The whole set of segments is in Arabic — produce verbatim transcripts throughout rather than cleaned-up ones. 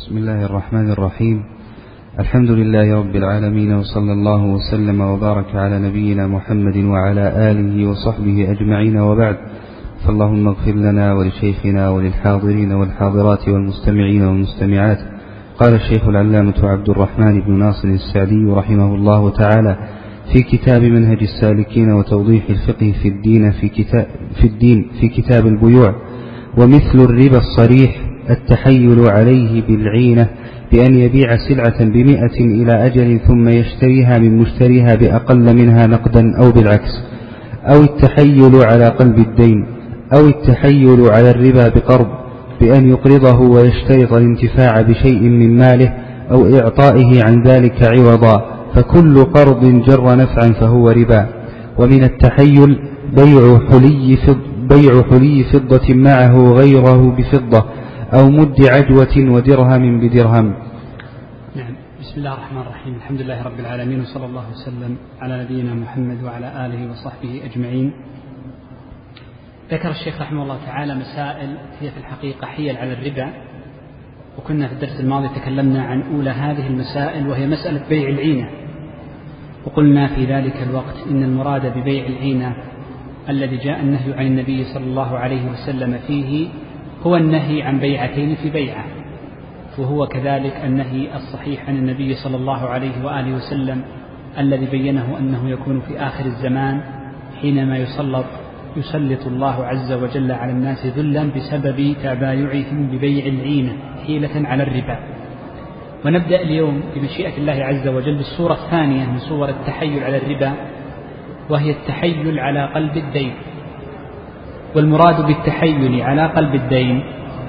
بسم الله الرحمن الرحيم. الحمد لله رب العالمين، وصلى الله وسلم وبارك على نبينا محمد وعلى آله وصحبه أجمعين، وبعد. فاللهم اغفر لنا ولشيخنا وللحاضرين والحاضرات والمستمعين والمستمعات. قال الشيخ العلامة عبد الرحمن بن ناصر السعدي رحمه الله تعالى في كتاب منهج السالكين وتوضيح الفقه في الدين في كتاب, في الدين في كتاب البيوع: ومثل الربا الصريح التحيل عليه بالعينة، بأن يبيع سلعة بمئة إلى أجل ثم يشتريها من مشتريها بأقل منها نقدا أو بالعكس، أو التحيل على قلب الدين، أو التحيل على الربا بقرض، بأن يقرضه ويشترط الانتفاع بشيء من ماله أو إعطائه عن ذلك عوضا، فكل قرض جر نفعا فهو ربا. ومن التحيل بيع حلي, فض بيع حلي فضة معه غيره بفضة، أو مد عجوة ودرهم بدرهم. نعم. بسم الله الرحمن الرحيم. الحمد لله رب العالمين، وصلى الله وسلم على نبينا محمد وعلى آله وصحبه أجمعين. ذكر الشيخ رحمه الله تعالى مسائل هي في الحقيقة حيل على الربا، وكنا في الدرس الماضي تكلمنا عن أولى هذه المسائل، وهي مسألة بيع العينة، وقلنا في ذلك الوقت إن المراد ببيع العينة الذي جاء النهي عن النبي صلى الله عليه وسلم فيه هو النهي عن بيعتين في بيعة، وهو كذلك النهي الصحيح عن النبي صلى الله عليه وآله وسلم الذي بينه أنه يكون في آخر الزمان حينما يسلط يسلط الله عز وجل على الناس ذلا بسبب تبايعهم ببيع العينة حيلة على الربا. ونبدأ اليوم بمشيئة الله عز وجل بالصورة الثانية من صور التحيل على الربا، وهي التحيل على قلب الدين. والمراد بالتحيل على قلب الدين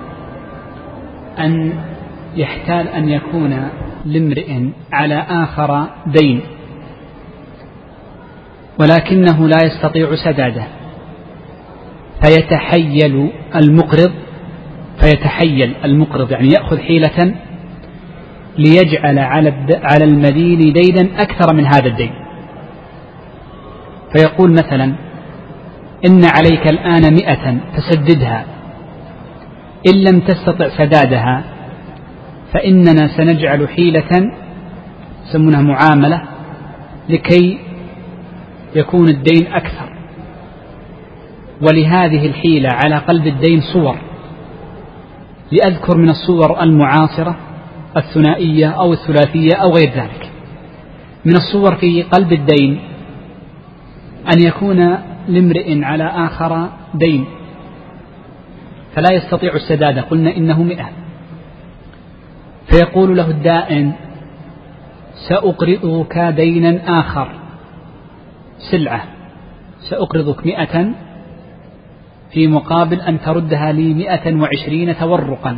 أن يحتال أن يكون لامرئ على آخر دين ولكنه لا يستطيع سداده، فيتحيل المقرض فيتحيل المقرض يعني يأخذ حيلة ليجعل على المدين دينا أكثر من هذا الدين. فيقول مثلا: إن عليك الآن مئة فسددها، إن لم تستطع سدادها فإننا سنجعل حيلة يسمونها معاملة لكي يكون الدين أكثر. ولهذه الحيلة على قلب الدين صور، لأذكر من الصور المعاصرة الثنائية أو الثلاثية أو غير ذلك. من الصور في قلب الدين أن يكون لامرئ على آخر دين فلا يستطيع السداد، قلنا إنه مئة، فيقول له الدائن: سأقرضك دينا آخر، سلعة، سأقرضك مئة في مقابل أن تردها لي مئة وعشرين تورقا،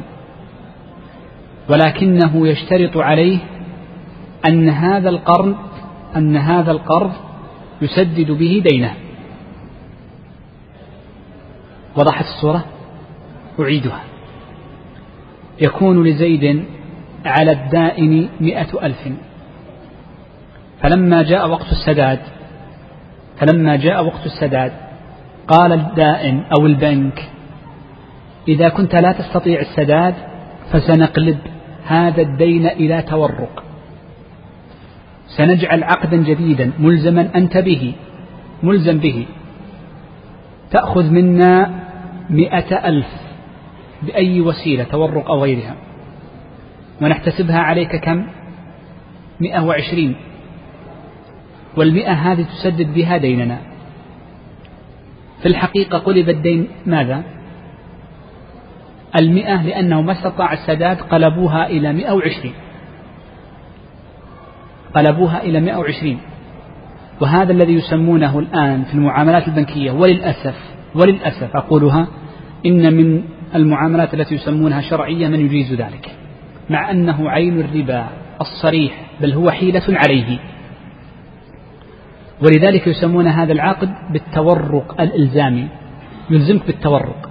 ولكنه يشترط عليه أن هذا القرض أن هذا القرض يسدد به دينه. وضحت الصورة؟ أعيدها. يكون لزيد على الدائن مئة ألف، فلما جاء وقت السداد فلما جاء وقت السداد قال الدائن أو البنك: إذا كنت لا تستطيع السداد فسنقلب هذا الدين إلى تورق، سنجعل عقدا جديدا ملزما أنت به ملزم به، تأخذ منا مئة ألف بأي وسيلة، تورق أو غيرها، ونحتسبها عليك كم؟ مئة وعشرين، والمئة هذه تسدد بها ديننا. في الحقيقة قلب الدين ماذا؟ المئة، لأنه ما استطاع السداد قلبوها إلى مئة وعشرين قلبوها إلى مئة وعشرين وهذا الذي يسمونه الآن في المعاملات البنكية، وللأسف وللأسف أقولها، إن من المعاملات التي يسمونها شرعية من يجيز ذلك، مع أنه عين الربا الصريح، بل هو حيلة عليه. ولذلك يسمون هذا العقد بالتورق الإلزامي، يلزمك بالتورق.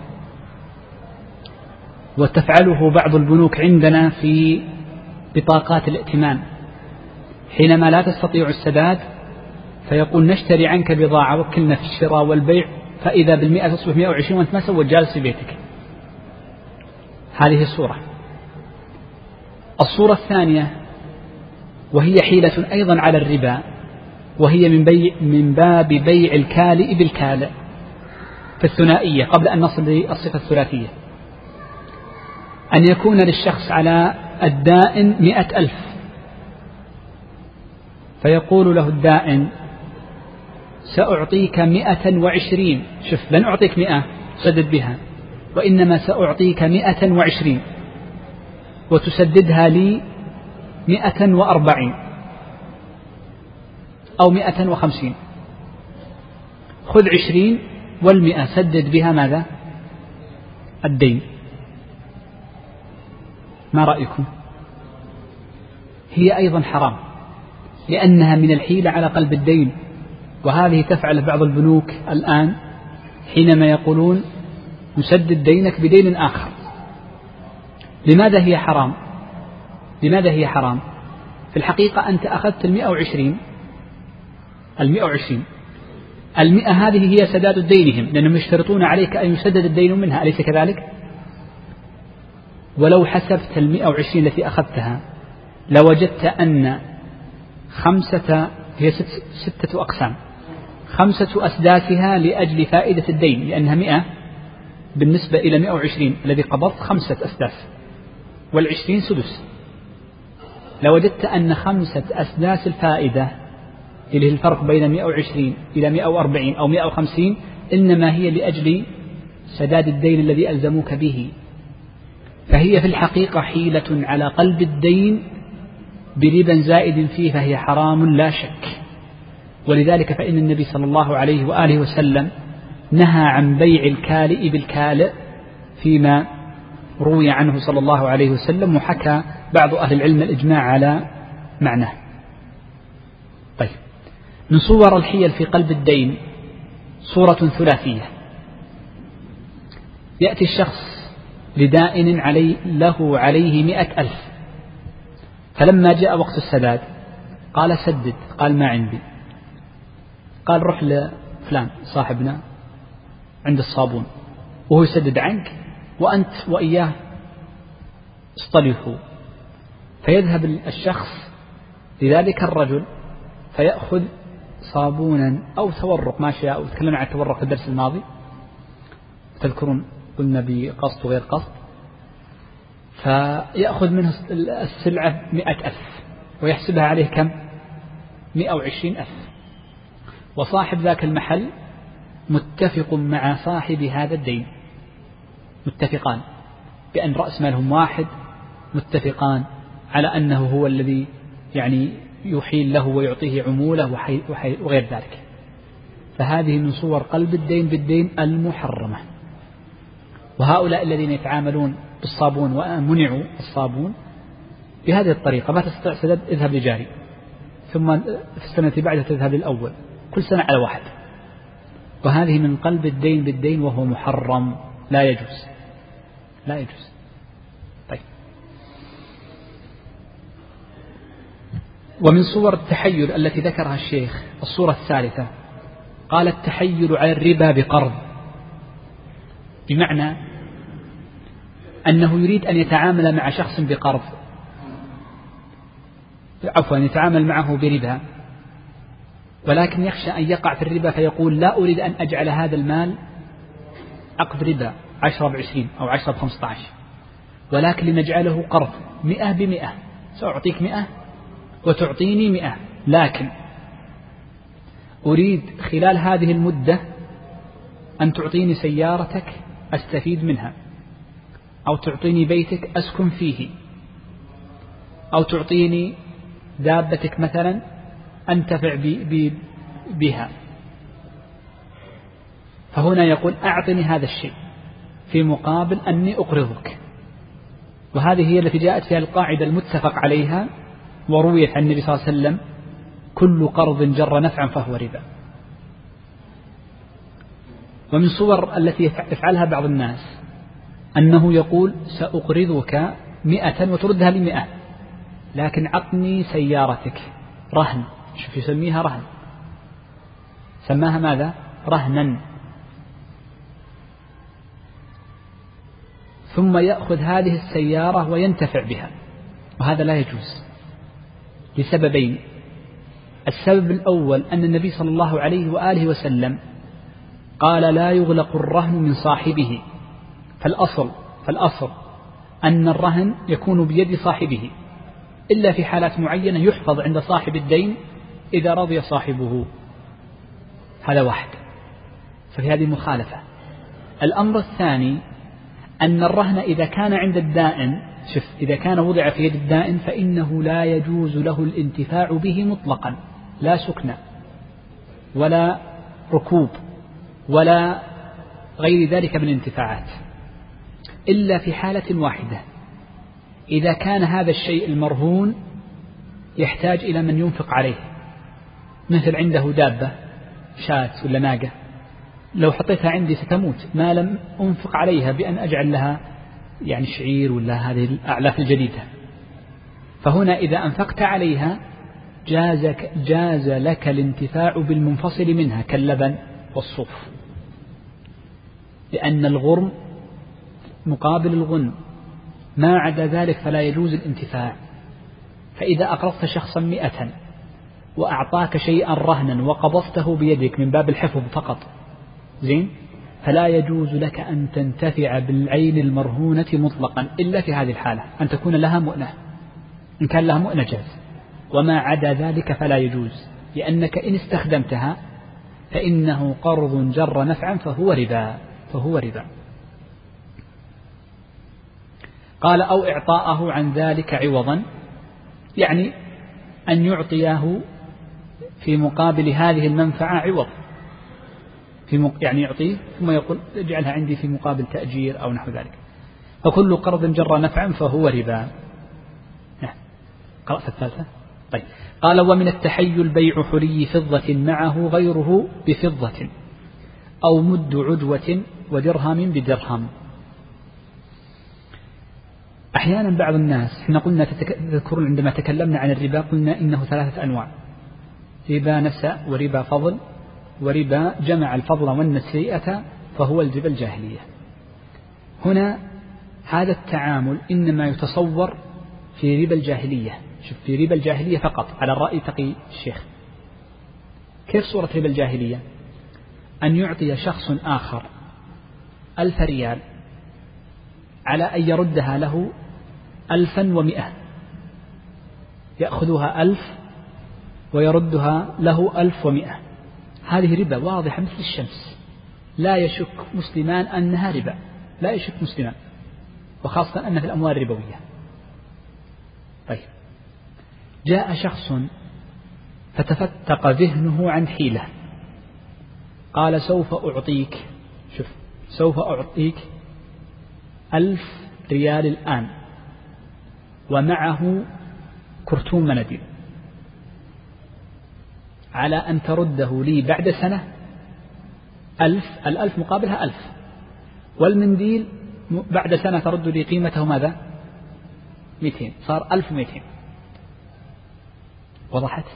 وتفعله بعض البنوك عندنا في بطاقات الائتمان، حينما لا تستطيع السداد فيقول: نشتري عنك بضاعة، وكلنا في الشراء والبيع، فإذا بالمئة تصبح مئة وعشرين وأنت ما سويت، جالس في بيتك. هذه الصورة. الصورة الثانية وهي حيلة أيضا على الربا، وهي من, بيع من باب بيع الكالئ بالكالئ في الثنائية، قبل أن نصل للصفة الثلاثية، أن يكون للشخص على الدائن مئة ألف، فيقول له الدائن سأعطيك مئة وعشرين، شوف لن أعطيك مئة تسدد بها، وإنما سأعطيك مئة وعشرين وتسددها لي مئة وأربعين أو مئة وخمسين، خذ عشرين والمئة سدد بها ماذا؟ الدين. ما رأيكم؟ هي أيضا حرام، لأنها من الحيلة على قلب الدين، وهذه تفعل بعض البنوك الآن حينما يقولون نسدد دينك بدين آخر. لماذا هي حرام؟ لماذا هي حرام؟ في الحقيقة أنت أخذت المئة وعشرين المئة وعشرين المئة هذه هي سداد دينهم، لأنهم يشترطون عليك أن يسدد الدين منها، أليس كذلك؟ ولو حسبت المئة وعشرين التي أخذتها لوجدت أن خمسة هي ست ستة أقسام، خمسة أسداسها لأجل فائدة الدين، لأنها مئة بالنسبة إلى مئة وعشرين الذي قبضت خمسة أسداس، والعشرين سدس. لوجدت أن خمسة أسداس الفائدة اللي هي الفرق بين مئة وعشرين إلى مئة وأربعين أو مئة وخمسين إنما هي لأجل سداد الدين الذي ألزموك به، فهي في الحقيقة حيلة على قلب الدين بربا زائد فيه، فهي حرام لا شك. ولذلك فإن النبي صلى الله عليه وآله وسلم نهى عن بيع الكالئ بالكالئ فيما روي عنه صلى الله عليه وسلم، وحكى بعض أهل العلم الإجماع على معناه. طيب، من صور الحيل في قلب الدين صورة ثلاثية. يأتي الشخص لدائن علي له عليه مئة ألف، فلما جاء وقت السداد قال سدد، قال ما عندي، قال روح لفلان صاحبنا عند الصابون وهو يسدد عنك وأنت وإياه اصطلحوا، فيذهب الشخص لذلك الرجل فيأخذ صابونا أو تورق ما شاء، وتكلمنا عن التورق في الدرس الماضي تذكرون قلنا بقسط وغير قسط، فيأخذ منه السلعة مئة ألف ويحسبها عليه كم؟ مئة وعشرين ألف، وصاحب ذاك المحل متفق مع صاحب هذا الدين، متفقان بأن رأس مالهم واحد، متفقان على أنه هو الذي يعني يحيل له ويعطيه عمولة وغير ذلك. فهذه من صور قلب الدين بالدين المحرمة. وهؤلاء الذين يتعاملون بالصابون ومنعوا الصابون بهذه الطريقة، ما تستطيع سدد اذهب لجاري، ثم في السنة بعدها تذهب للأول، كل سنة على واحد، وهذه من قلب الدين بالدين وهو محرم لا يجوز لا يجوز. طيب، ومن صور التحيل التي ذكرها الشيخ الصورة الثالثة، قال التحيل على الربا بقرض، بمعنى أنه يريد أن يتعامل مع شخص بقرض، عفوا يتعامل معه بربا، ولكن يخشى أن يقع في الربا فيقول لا أريد أن أجعل هذا المال عقد ربا عشرة بعشرين أو عشرة بخمسة عشر، ولكن لنجعله قرض مئة بمئة، سأعطيك مئة وتعطيني مئة، لكن أريد خلال هذه المدة أن تعطيني سيارتك أستفيد منها، أو تعطيني بيتك أسكن فيه، أو تعطيني دابتك مثلا أنتفع بها. فهنا يقول أعطني هذا الشيء في مقابل أني أقرضك، وهذه هي التي جاءت فيها القاعدة المتفق عليها ورويت عن النبي صلى الله عليه وسلم كل قرض جر نفعا فهو ربا. ومن صور التي يفعلها بعض الناس أنه يقول سأقرضك مئة وتردها لمئة، لكن عطني سيارتك رهن، شوف يسميها رهن، سماها ماذا؟ رهنا، ثم يأخذ هذه السيارة وينتفع بها، وهذا لا يجوز لسببين. السبب الأول أن النبي صلى الله عليه وآله وسلم قال لا يغلق الرهن من صاحبه، فالأصل فالأصل أن الرهن يكون بيد صاحبه إلا في حالات معينة يحفظ عند صاحب الدين إذا رضي صاحبه. هذا واحد، ففي هذه مخالفة. الأمر الثاني أن الرهن إذا كان عند الدائن، شوف، إذا كان وضع في يد الدائن فإنه لا يجوز له الانتفاع به مطلقا، لا سكن ولا ركوب ولا غير ذلك من الانتفاعات، إلا في حالة واحدة، إذا كان هذا الشيء المرهون يحتاج إلى من ينفق عليه، مثل عنده دابة شاة ولا ناقة، لو حطيتها عندي ستموت ما لم أنفق عليها بأن أجعل لها يعني شعير ولا هذه الأعلاف الجديدة. فهنا إذا أنفقت عليها جاز, جاز لك الانتفاع بالمنفصل منها كاللبن والصوف، لأن الغرم مقابل الغنم، ما عدا ذلك فلا يجوز الانتفاع. فإذا أقرضت شخصا مئة وأعطاك شيئا رهنا وقبضته بيدك من باب الحفظ فقط، زين، فلا يجوز لك أن تنتفع بالعين المرهونة مطلقا إلا في هذه الحالة، أن تكون لها مؤنة. إن كان لها مؤنة جاز، وما عدا ذلك فلا يجوز، لأنك إن استخدمتها فإنه قرض جر نفعا فهو ربا فهو ربا. قال أو إعطاءه عن ذلك عوضا، يعني أن يعطيه في مقابل هذه المنفعة عوض، في مق... يعني يعطيه ثم يقول اجعلها عندي في مقابل تأجير أو نحو ذلك. فكل قرض جر نفعا فهو ربا. نعم. قرأت الثالثة. طيب. قال ومن التحيل بيع حلي فضة معه غيره بفضة أو مد عجوة ودرهم بدرهم. أحيانا بعض الناس، احنا قلنا تذكرون عندما تكلمنا عن الربا قلنا إنه ثلاثة أنواع: ربا نسأ وربا فضل وربا جمع الفضل والنسيئة فهو الربا الجاهلية. هنا هذا التعامل إنما يتصور في ربا الجاهلية. شوف، في ربا الجاهلية فقط على الرأي تقي الشيخ. كيف صورة ربا الجاهلية؟ أن يعطي شخص آخر ألف ريال على أن يردها له ألفا ومئة، يأخذها ألف ويردها له ألف ومئة. هذه ربا واضحة مثل الشمس، لا يشك مسلمان أنها ربا، لا يشك مسلمان، وخاصة أن في الأموال الربوية. طيب، جاء شخص فتفتق ذهنه عن حيلة، قال سوف أعطيك، شوف، سوف أعطيك ألف ريال الآن ومعه كرتون مناديل على أن ترده لي بعد سنة ألف، الألف مقابلها ألف، والمنديل بعد سنة ترد لي قيمته ماذا؟ مئتين، صار ألف ومئتين. وضحت؟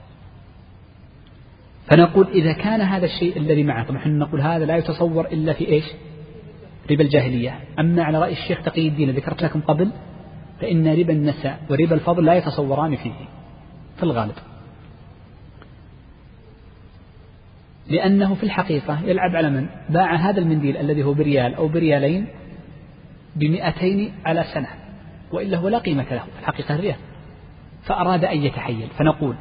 فنقول إذا كان هذا الشيء الذي معه، طبعا نحن نقول هذا لا يتصور إلا في إيش؟ ربا الجاهلية. أما على رأي الشيخ تقي الدين ذكرت لكم قبل فإن ربا النساء وربا الفضل لا يتصوران فيه في الغالب، لأنه في الحقيقة يلعب على من باع هذا المنديل الذي هو بريال أو بريالين بمئتين على سنة، وإلا هو لا قيمة له في الحقيقة الريال، فأراد أن يتحيل. فنقول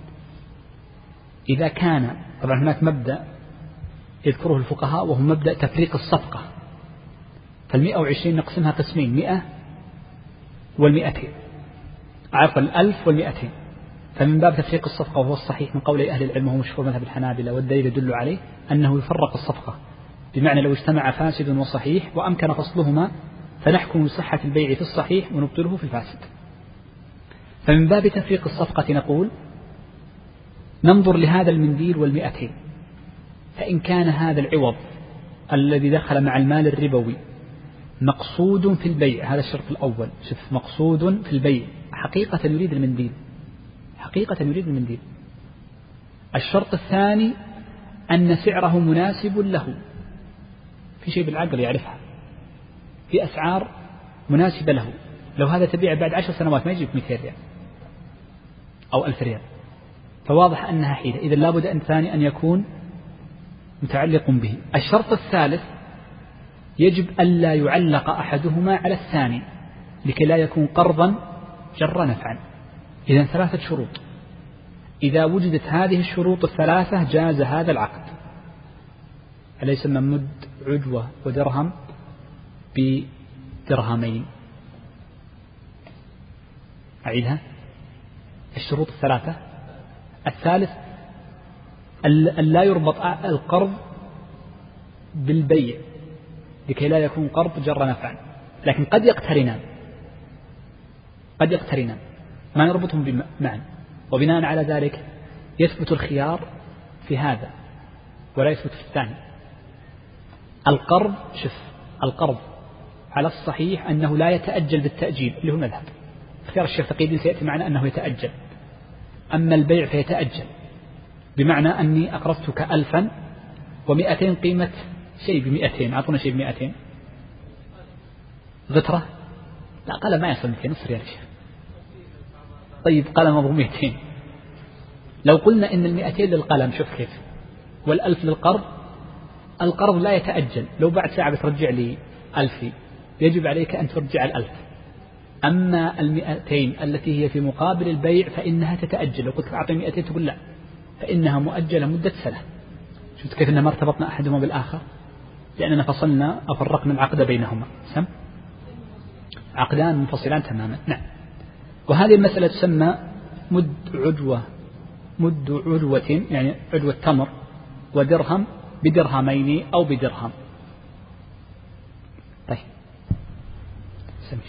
إذا كان، طبعا هناك مبدأ يذكره الفقهاء وهو مبدأ تفريق الصفقة، فالمئة وعشرين نقسمها قسمين، مئة والمئتين، عفوا الألف والمئتين، فمن باب تفريق الصفقة، وهو الصحيح من قول أهل العلم وهو مشهور مذهب الحنابلة، والدليل يدل عليه أنه يفرق الصفقة، بمعنى لو اجتمع فاسد وصحيح وأمكن فصلهما فنحكم بصحة البيع في الصحيح ونبطله في الفاسد. فمن باب تفريق الصفقة نقول ننظر لهذا المنديل والمئتين، فإن كان هذا العوض الذي دخل مع المال الربوي مقصود في البيع، هذا الشرط الأول، شوف، مقصود في البيع، حقيقة يريد المنديل، حقيقة يريد المنديل. الشرط الثاني أن سعره مناسب له، في شيء بالعقل يعرفها، في أسعار مناسبة له، لو هذا تبيع بعد عشر سنوات ما يجيب مئتين ريال أو ألف ريال، فواضح أنها حيلة. إذا لابد أن ثاني أن يكون متعلق به. الشرط الثالث يجب ألا يعلق أحدهما على الثاني لكي لا يكون قرضا جر نفعا. إذن ثلاثة شروط، إذا وجدت هذه الشروط الثلاثة جاز هذا العقد. أليس من مد عجوة ودرهم بدرهمين؟ أعيدها. الشروط الثلاثة. الثالث أن لا يربط القرض بالبيع لكي لا يكون قرض جر نفعا، لكن قد يقترنان قد يقترنان ما نربطهم معا، وبناء على ذلك يثبت الخيار في هذا ولا يثبت في الثاني. القرض شف القرض على الصحيح أنه لا يتأجل بالتأجيل اللي هو المذهب، اختيار الشيخ تقي الدين سيأتي معنا أنه يتأجل. أما البيع فيتأجل، بمعنى أني أقرضتك ألفا ومئتين قيمة شيء بمئتين، أعطونا شيء بمئتين غترة، لا قلم ما يصل مئتين نص ريال شيخ. طيب قلم أبو مئتين، لو قلنا إن المئتين للقلم شوف كيف، والألف للقرض، القرض لا يتأجل، لو بعد ساعة بترجع لي ألفي يجب عليك أن ترجع الألف. أما المئتين التي هي في مقابل البيع فإنها تتأجل، لو قلت أعطي مئتين تقول لا، فإنها مؤجلة مدة سنة. شفت كيف أننا ما ارتبطنا أحدهما بالآخر، لأننا فصلنا أفرقنا العقد بينهما، سم عقدان منفصلان تماما. نعم. وهذه المسألة تسمى مد عجوة مد عجوة يعني عجوة تمر ودرهم بدرهمين أو بدرهم. طيب سمش.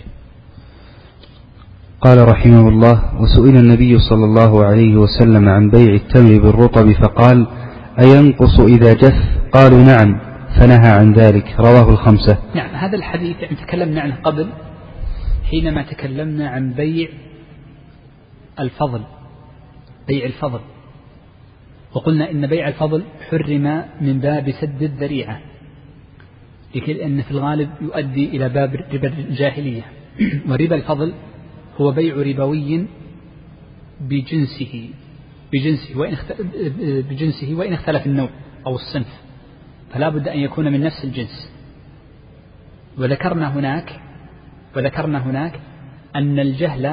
قال رحمه الله: وسئل النبي صلى الله عليه وسلم عن بيع التمر بالرطب فقال: أينقص إذا جف؟ قالوا نعم، فنهى عن ذلك. رواه الخمسة. نعم. هذا الحديث يعني تكلمنا عنه قبل حينما تكلمنا عن بيع الفضل بيع الفضل وقلنا إن بيع الفضل حرم من باب سد الذريعة، لأن في الغالب يؤدي إلى باب ربا الجاهلية. وربا الفضل هو بيع ربوي بجنسه بجنسه وإن بجنسه وإن اختلف النوع أو الصنف، فلا بد أن يكون من نفس الجنس. وذكرنا هناك وذكرنا هناك أن الجهل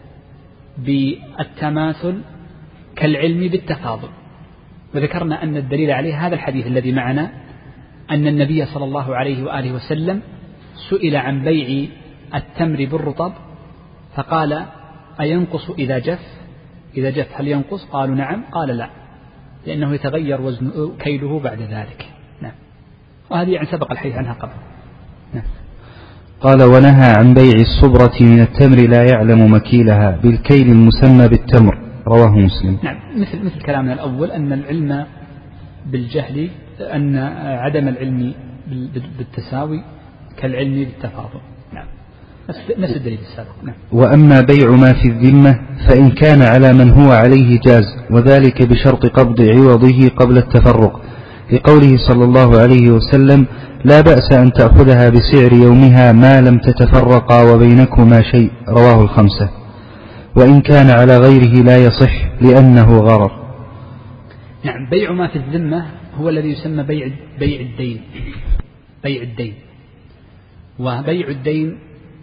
بالتماثل كالعلم بالتفاضل، وذكرنا أن الدليل عليه هذا الحديث الذي معنا، أن النبي صلى الله عليه وآله وسلم سئل عن بيع التمر بالرطب فقال: أينقص إذا جف؟ إذا جف هل ينقص؟ قالوا نعم. قال لا، لأنه يتغير وزن كيله بعد ذلك. نعم. وهذه يعني سبق الحديث عنها قبل. نعم. قال: ونهى عن بيع الصبرة من التمر لا يعلم مكيلها بالكيل المسمى بالتمر. رواه مسلم. نعم. مثل مثل كلامنا الأول أن العلم بالجهل أن عدم العلم بالتساوي كالعلم بالتفاضل. نعم. نفس الدليل السابق. نعم. وأما بيع ما في الذمة فإن كان على من هو عليه جاز، وذلك بشرط قبض عوضه قبل التفرق، لقوله صلى الله عليه وسلم: لا بأس أن تأخذها بسعر يومها ما لم تتفرقا وبينكما شيء. رواه الخمسة. وإن كان على غيره لا يصح لأنه غرر. نعم. بيع ما في الذمة هو الذي يسمى بيع بيع الدين بيع الدين وبيع الدين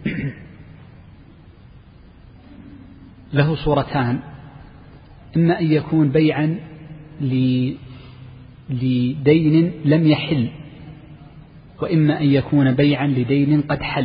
له صورتان: إما أن يكون بيعا لدين لم يحل، وإما أن يكون بيعا لدين قد حل.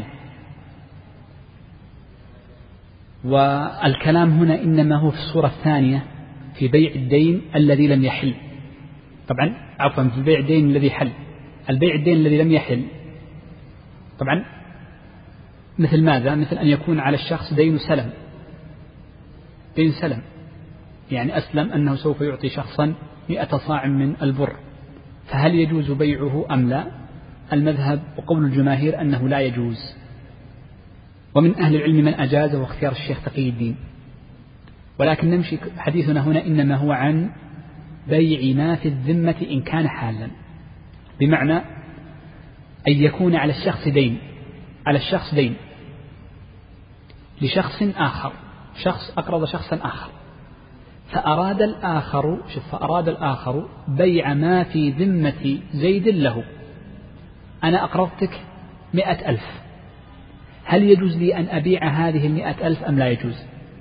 والكلام هنا إنما هو في الصورة الثانية في بيع الدين الذي لم يحل. طبعا عفوا في بيع الدين الذي حل. البيع الدين الذي لم يحل طبعا مثل ماذا؟ مثل أن يكون على الشخص دين سلم دين سلم يعني أسلم أنه سوف يعطي شخصا مئة صاع من البر، فهل يجوز بيعه أم لا؟ المذهب وقول الجماهير أنه لا يجوز، ومن أهل العلم من أجاز واختيار الشيخ تقي الدين. ولكن نمشي حديثنا هنا إنما هو عن بيع ما في الذمة إن كان حالا، بمعنى أن يكون على الشخص دين على الشخص دين لشخص آخر، شخص أقرض شخصا آخر، فأراد الآخر شوف فأراد الآخر بيع ما في ذمة زيد له. أنا أقرضتك مئة ألف، هل يجوز لي أن أبيع هذه المئة ألف أم لا يجوز؟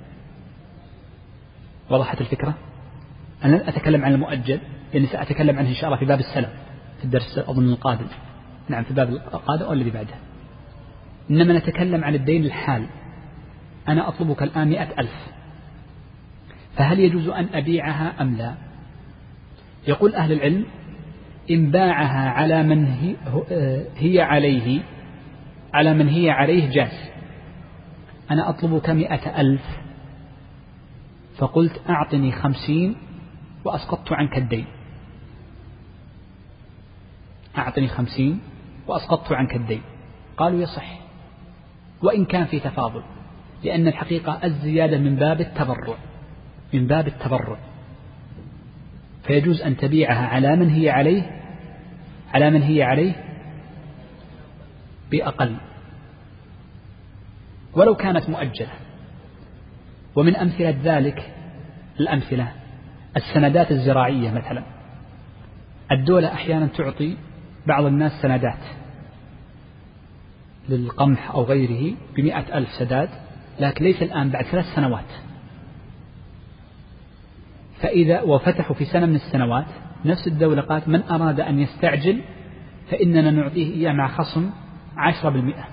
وضحت الفكرة؟ أنا لن أتكلم عن المؤجل لأني سأتكلم عنه إن شاء الله في باب السلم في الدرس أظن القادم، نعم في باب القادم أو الذي بعده. إنما نتكلم عن الدين الحال. أنا أطلبك الآن مئة ألف، فهل يجوز أن أبيعها أم لا؟ يقول أهل العلم إن باعها على من هي عليه على من هي عليه جاز. أنا أطلبك مئة ألف فقلت أعطني خمسين وأسقطت عنك الدين، أعطني خمسين وأسقطت عنك الدين، قالوا يصح وإن كان في تفاضل، لأن الحقيقة الزيادة من باب التبرع من باب التبرع فيجوز أن تبيعها على من هي عليه على من هي عليه بأقل ولو كانت مؤجلة. ومن أمثلة ذلك الأمثلة السندات الزراعية مثلا، الدولة أحيانا تعطي بعض الناس سندات للقمح أو غيره بمئة ألف سداد، لكن ليس الآن بعد ثلاث سنوات، فإذا وفتحوا في سنة من السنوات نفس الدولة قالت من أراد أن يستعجل فإننا نعطيه إياه مع خصم عشرة بالمئة.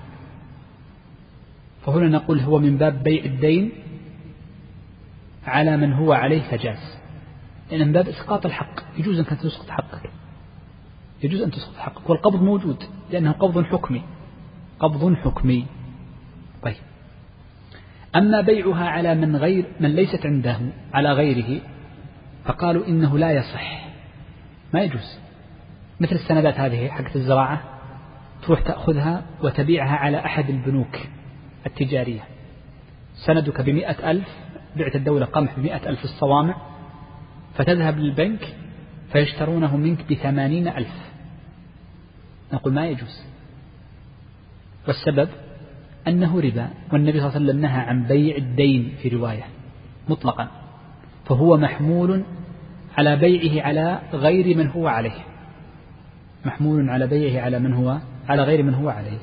فهنا نقول هو من باب بيع الدين على من هو عليه فجاز، لأن من باب إسقاط الحق، يجوز أن تسقط حقك، يجوز أن تسقط حقك، والقبض موجود لأنه قبض حكمي قبض حكمي. طيب، أما بيعها على من غير من ليست عنده على غيره فقالوا إنه لا يصح، ما يجوز. مثل السندات هذه حقت الزراعة، تروح تأخذها وتبيعها على أحد البنوك التجارية، سندك بمئة ألف، بعت الدولة قمح بمئة ألف الصوامع، فتذهب للبنك فيشترونه منك بثمانين ألف، نقول ما يجوز. والسبب أنه ربا، والنبي صلى الله عليه وسلم نهى عن بيع الدين في رواية مطلقا، فهو محمول على بيعه على غير من هو عليه، محمول على بيعه على من هو على غير من هو عليه.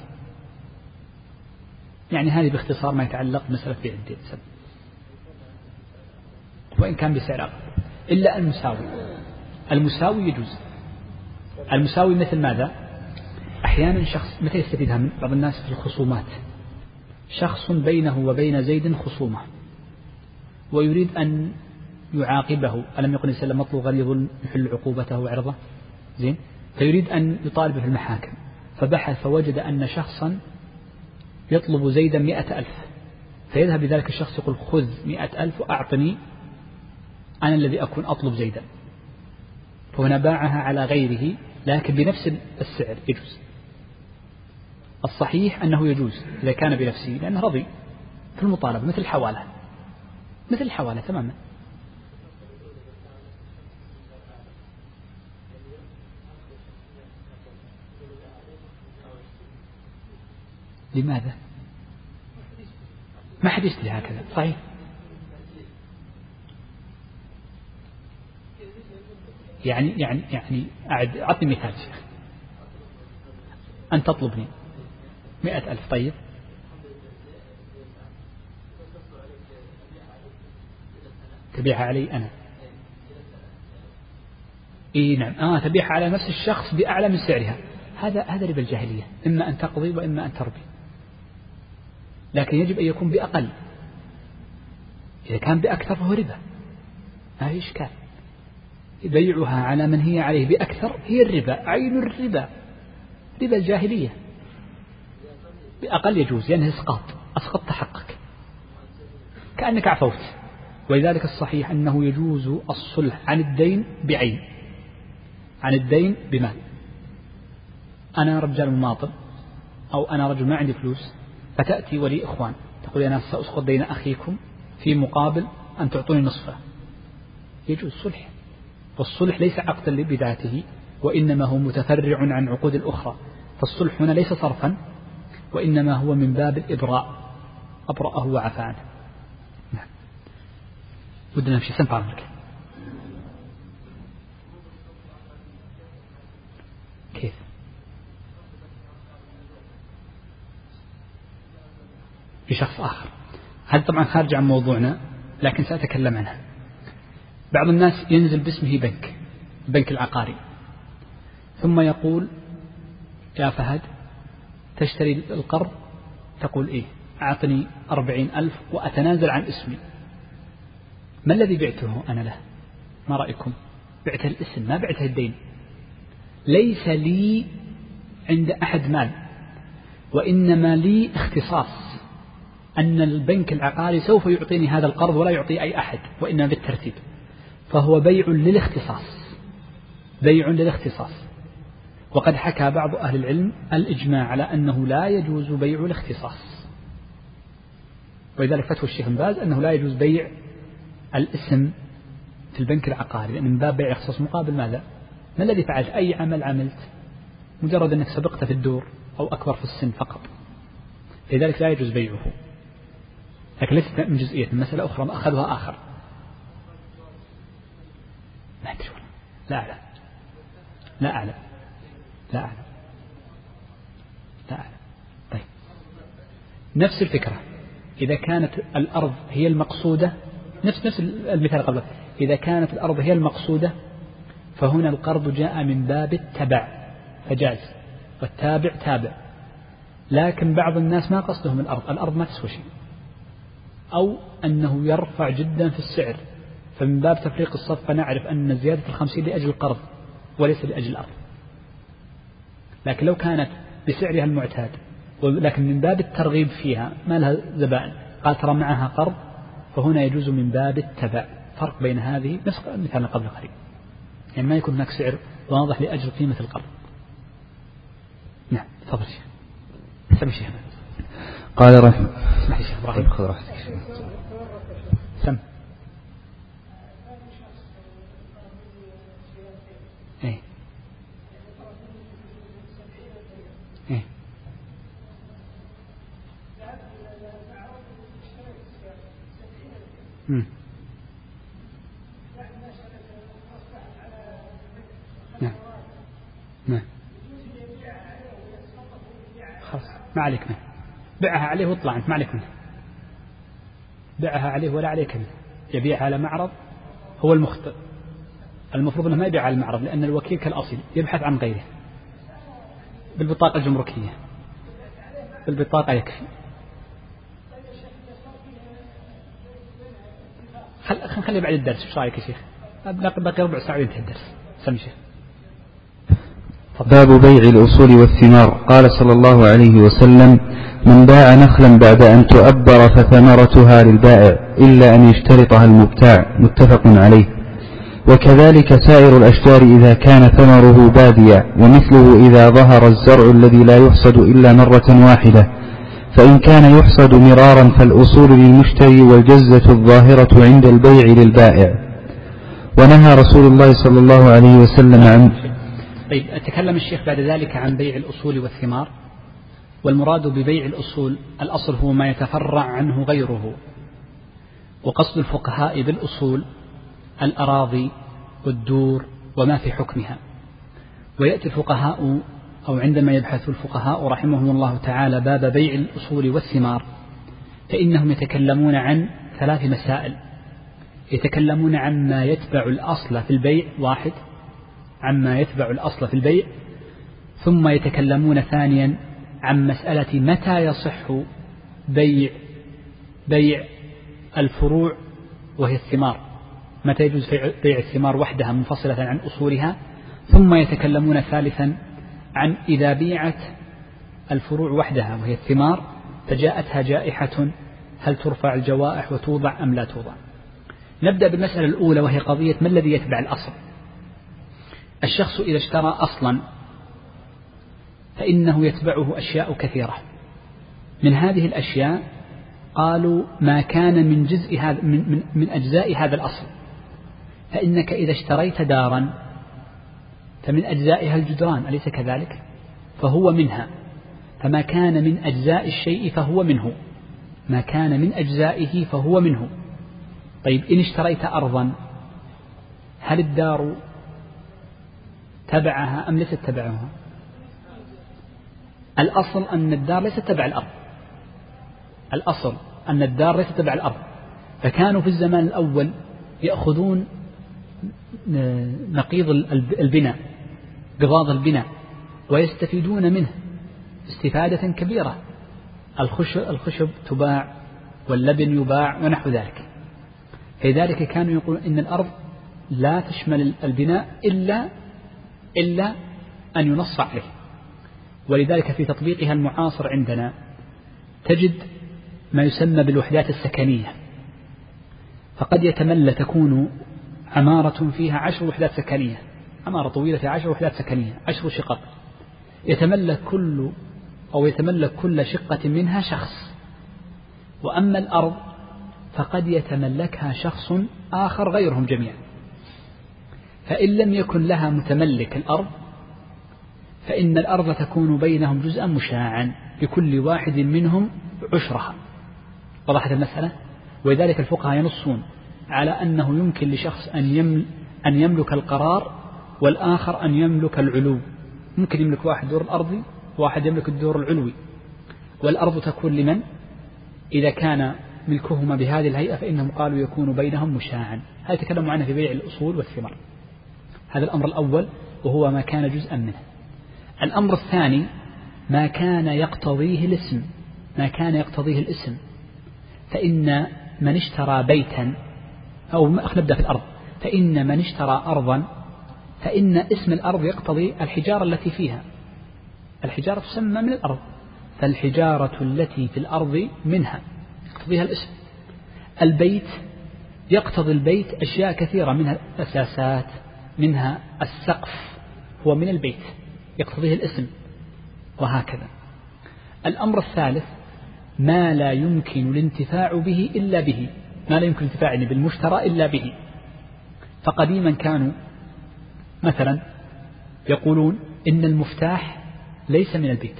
يعني هذه باختصار ما يتعلق بمسألة بيع الدين، وإن كان بسعر أقل، إلا المساوي. المساوي يجوز. المساوي مثل ماذا؟ أحيانا شخص متى يستفيدها من بعض الناس في الخصومات، شخص بينه وبين زيد خصومة ويريد أن يعاقبه، ألم يقل الإنسان مطلوب غليظ يحل عقوبته وعرضه، زين، فيريد أن يطالبه في المحاكم، فبحث فوجد أن شخصا يطلب زيدا مئة ألف، فيذهب بذلك الشخص يقول خذ مئة ألف وأعطني أنا الذي أكون أطلب زيدا، فهنا باعها على غيره لكن بنفس السعر، يجوز. الصحيح أنه يجوز إذا كان بنفسه لأنه رضي في المطالبة، مثل الحوالة مثل الحوالة تماما. لماذا؟ ما حد يشتري هكذا، صحيح. يعني يعني يعني أعد أعطني مثال شيخ، أن تطلبني مئة ألف، طيب تبيعها علي أنا، إيه نعم، آه تبيعها على نفس الشخص بأعلى من سعرها، هذا هذا ربا الجاهلية، إما أن تقضي وإما أن تربي، لكن يجب أن يكون بأقل، إذا كان بأكثر فهو ربا، ما هي إشكال. بيعها على من هي عليه بأكثر هي الربا، عين الربا، ربا الجاهلية. بأقل يجوز لأنه إسقاط، أسقطت حقك كأنك عفوت. ولذلك الصحيح أنه يجوز الصلح عن الدين بعين، عن الدين بمال. أنا رجال مماطل أو أنا رجل ما عندي فلوس، فتأتي ولي إخوان تقول أنا سأسقط دين أخيكم في مقابل أن تعطوني نصفه، يجوز صلح. والصلح ليس عقدا بذاته، وإنما هو متفرع عن عقود الأخرى، فالصلح هنا ليس صرفا وإنما هو من باب الإبراء، أبرأه وعفى عنه. نعم. ودنا نمشي سنفع عمرك. كيف؟ في شخص آخر. هذا طبعا خارج عن موضوعنا لكن سأتكلم عنها. بعض الناس ينزل باسمه بنك، البنك العقاري، ثم يقول يا فهد تشتري القرض، تقول إيه أعطني أربعين ألف وأتنازل عن اسمي. ما الذي بعته أنا له؟ ما رأيكم؟ بعته الاسم ما بعته الدين. ليس لي عند أحد مال، وإنما لي اختصاص أن البنك العقاري سوف يعطيني هذا القرض ولا يعطي أي أحد، وإنما بالترتيب. فهو بيع للاختصاص، بيع للاختصاص. وقد حكى بعض أهل العلم الإجماع على أنه لا يجوز بيع الاختصاص، ولذلك فتوى الشيخ بن باز أنه لا يجوز بيع الاسم في البنك العقاري، لأن من باب بيع اختصاص مقابل ماذا؟ ما الذي فعلت؟ أي عمل عملت مجرد أنك سبقت في الدور أو أكبر في السن فقط، لذلك لا يجوز بيعه. لكن ليست من جزئية المسألة أخرى ما أخذها آخر. ما أدري والله، لا أعلم لا أعلم لا أعلم لا أعلم. طيب نفس الفكرة، إذا كانت الأرض هي المقصودة، نفس نفس المثال قبل، إذا كانت الأرض هي المقصودة فهنا القرض جاء من باب التبع فجاز، والتابع تابع. لكن بعض الناس ما قصدهم الأرض، الأرض ما تسوى شيء، أو أنه يرفع جدا في السعر، فمن باب تفريق الصفقة نعرف أن زيادة الخمسين لأجل القرض وليس لأجل الأرض. لكن لو كانت بسعرها المعتاد ولكن من باب الترغيب فيها ما لها زبائن، قال ترى معها قرض، فهنا يجوز من باب التبع. فرق بين هذه نفس مثال قبل قليل، يعني ما يكون هناك سعر واضح لأجل قيمة القرض. نعم تفضل شيخ. سمي شيخنا. قال رحمه اسمح لي شيخ إبراهيم. خذ راحتك. سم. ايه ايه امم نعم نعم خلاص ما عليك منه، بيعها عليه واطلع أنت، ما عليك منه، بيعها عليه ولا عليك منه. يبيعها على معرض هو المخطئ، المفروض أنه ما يبيع على المعرض، لأن الوكيل كالأصيل يبحث عن غيره. بالبطاقة الجمركية، بالبطاقة يكفي. خل خلي بعد الدرس، ايش رايك يا شيخ؟ باقي ربع ساعة ينتهي الدرس. سمي شيخ. باب بيع الأصول والثمار. قال صلى الله عليه وسلم: من باع نخلا بعد أن تؤبر فثمرتها للبائع إلا أن يشترطها المبتاع. متفق عليه. وكذلك سائر الأشجار إذا كان ثمره باديا، ومثله إذا ظهر الزرع الذي لا يحصد إلا مرة واحدة، فإن كان يحصد مرارا فالأصول للمشتري والجزة الظاهرة عند البيع للبائع. ونهى رسول الله صلى الله عليه وسلم عن. طيب أتكلم الشيخ بعد ذلك عن بيع الأصول والثمار. والمراد ببيع الأصول الأصل هو ما يتفرع عنه غيره، وقصد الفقهاء بالأصول الأراضي والدور وما في حكمها. ويأتي الفقهاء أو عندما يبحث الفقهاء رحمهم الله تعالى باب بيع الأصول والثمار، فإنهم يتكلمون عن ثلاث مسائل. يتكلمون عما يتبع الأصل في البيع، واحد عما يتبع الأصل في البيع، ثم يتكلمون ثانيا عن مسألة متى يصح بيع بيع الفروع وهي الثمار، متى يجوز بيع الثمار وحدها منفصلة عن أصولها. ثم يتكلمون ثالثا عن إذا بيعت الفروع وحدها وهي الثمار فجاءتها جائحة هل ترفع الجوائح وتوضع أم لا توضع. نبدأ بالمسألة الأولى وهي قضية ما الذي يتبع الأصل. الشخص إذا اشترى أصلا فإنه يتبعه أشياء كثيرة. من هذه الأشياء قالوا ما كان من جزء هذا من, من, من أجزاء هذا الأصل، فإنك إذا اشتريت دارا فمن أجزائها الجدران، أليس كذلك؟ فهو منها، فما كان من أجزاء الشيء فهو منه. ما كان من أجزائه فهو منه. طيب إن اشتريت أرضا هل الدار تبعها أم ليست تبعها؟ الأصل أن الدار ليست تبع الأرض، الأصل أن الدار ليست تبع الأرض. فكانوا في الزمان الأول يأخذون نقيض البناء، قضاض البناء، ويستفيدون منه استفادة كبيرة. الخشب, الخشب تباع واللبن يباع ونحو ذلك. فلذلك كانوا يقولون إن الأرض لا تشمل البناء إلا إلا أن ينص عليه. ولذلك في تطبيقها المعاصر عندنا تجد ما يسمى بالوحدات السكنية، فقد يتملى تكون عمارة فيها عشر وحدات سكنية، عمارة طويلة فيها عشر وحدات سكنية، عشر شقق، يتملك كل أو يتملك كل شقة منها شخص. وأما الأرض فقد يتملكها شخص آخر غيرهم جميعا. فإن لم يكن لها متملك الأرض فإن الأرض تكون بينهم جزءا مشاعا لكل واحد منهم عشرها. وضحت المسألة؟ ولذلك الفقهاء ينصون على أنه يمكن لشخص أن أن يملك القرار والآخر أن يملك العلو. ممكن يملك واحد دور الأرضي وواحد يملك الدور العلوي، والأرض تكون لمن؟ إذا كان ملكهما بهذه الهيئة فإنهم قالوا يكون بينهم مشاعا. هذا تكلموا عنه في بيع الأصول والثمار. هذا الأمر الأول وهو ما كان جزءا منه. الأمر الثاني ما كان يقتضيه الاسم، ما كان يقتضيه الاسم فإن من اشترى بيتا أو نبدأ في الأرض، فإن من اشترى أرضا فإن اسم الأرض يقتضي الحجارة التي فيها. الحجارة تسمى من الأرض، فالحجارة التي في الأرض منها يقتضيها الاسم. البيت يقتضي البيت أشياء كثيرة، منها الأساسات، منها السقف هو من البيت يقتضيه الاسم، وهكذا. الأمر الثالث ما لا يمكن الانتفاع به إلا به، ما لا يمكن الانتفاع بالمشترى إلا به. فقديما كانوا مثلا يقولون إن المفتاح ليس من البيت،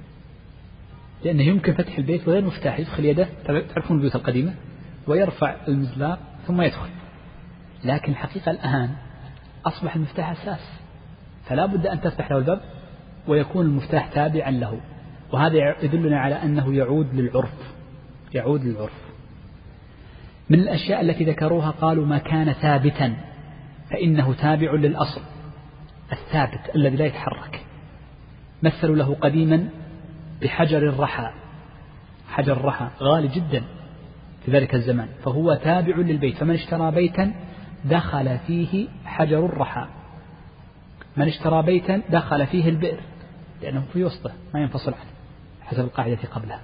لأنه يمكن فتح البيت بغير مفتاح، يدخل يده، تعرفون البيوت القديمة، ويرفع المزلاق ثم يدخل. لكن الحقيقة الآن أصبح المفتاح أساس، فلا بد أن تفتح له الباب ويكون المفتاح تابعا له. وهذا يدلنا على أنه يعود للعرف، يعود للعرف. من الأشياء التي ذكروها قالوا ما كان ثابتا فإنه تابع للأصل الثابت الذي لا يتحرك. مثلوا له قديما بحجر الرحى، حجر الرحى غالي جدا في ذلك الزمان، فهو تابع للبيت. فمن اشترى بيتا دخل فيه حجر الرحى، من اشترى بيتا دخل فيه البئر، لأنه في وسطه ما ينفصل عنه حسب القاعدة قبلها.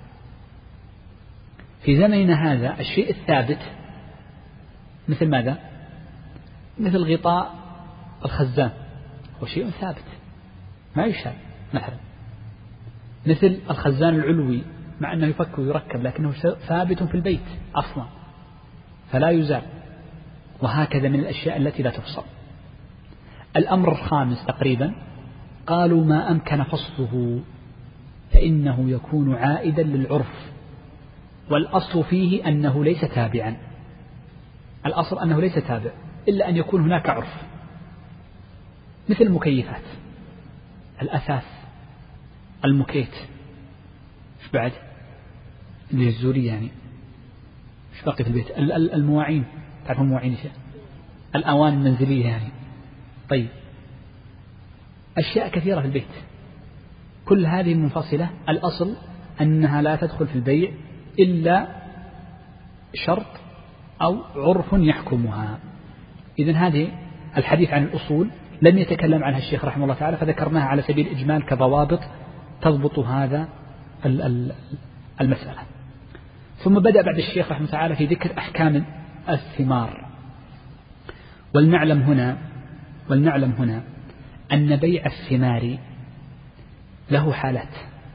في زمننا هذا الشيء الثابت مثل ماذا؟ مثل غطاء الخزان، هو شيء ثابت ما يشال مثلا. مثل الخزان العلوي مع أنه يفك ويركب لكنه ثابت في البيت أصلا فلا يزال. وهكذا من الأشياء التي لا تفصل. الأمر الخامس تقريبا قالوا ما أمكن فصله فإنه يكون عائدا للعرف، والأصل فيه أنه ليس تابعا، الأصل أنه ليس تابع إلا أن يكون هناك عرف. مثل المكيفات، الأثاث، المكيت، إيش بعد اللي الزوري يعني إيش باقي في البيت، المواعين، تعرفون المواعين إيش؟ الأواني المنزلية يعني. طيب أشياء كثيرة في البيت كل هذه منفصلة، الأصل أنها لا تدخل في البيع إلا شرط أو عرف يحكمها. إذن هذه الحديث عن الأصول لم يتكلم عنها الشيخ رحمه الله تعالى، فذكرناها على سبيل الإجمال كضوابط تضبط هذا المسألة. ثم بدأ بعد الشيخ رحمه الله تعالى في ذكر أحكام الثمار. ولنعلم هنا ولنعلم هنا أن بيع الثمار له حالات.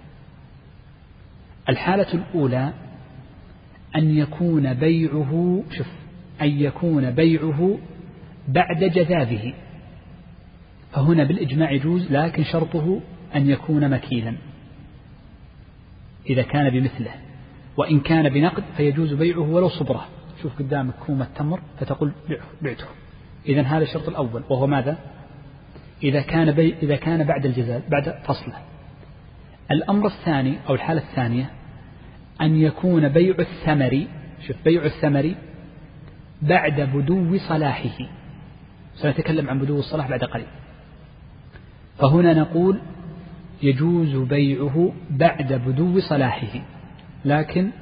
الحالة الأولى أن يكون بيعه شوف أن يكون بيعه بعد جذاذه، فهنا بالإجماع يجوز، لكن شرطه أن يكون مكيلا إذا كان بمثله. وإن كان بنقد فيجوز بيعه ولو صبرة. شوف قدامك كومة تمر فتقول بعته. إذن هذا الشرط الأول، وهو ماذا؟ إذا كان بي إذا كان بعد الجزاء بعد فصله. الأمر الثاني أو الحالة الثانية أن يكون بيع الثمر، شوف بيع الثمر بعد بدو صلاحه، سنتكلم عن بدو الصلاح بعد قليل. فهنا نقول يجوز بيعه بعد بدو صلاحه، لكن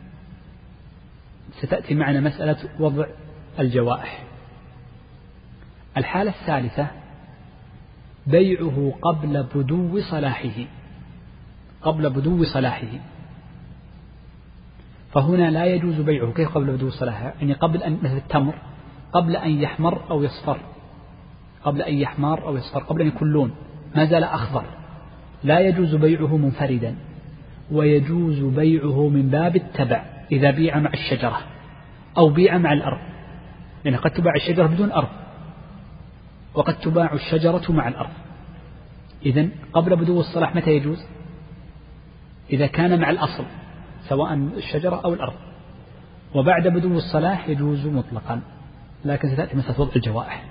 ستأتي معنا مسألة وضع الجوائح. الحالة الثالثة بيعه قبل بدو صلاحه، قبل بدو صلاحه، فهنا لا يجوز بيعه. كيف قبل بدو صلاحه؟ يعني قبل أن، مثل التمر قبل أن يحمر أو يصفر، قبل أن يحمر أو يصفر، قبل أن يكون لون ما زال أخضر، لا يجوز بيعه منفردا، ويجوز بيعه من باب التبع إذا بيع مع الشجرة أو بيع مع الأرض، لأن قد تباع الشجرة بدون أرض وقد تباع الشجرة مع الأرض. إذن قبل بدو الصلاح متى يجوز؟ إذا كان مع الأصل سواء الشجرة أو الأرض. وبعد بدو الصلاح يجوز مطلقا، لكن ستأتي مسألة وضع الجوائح.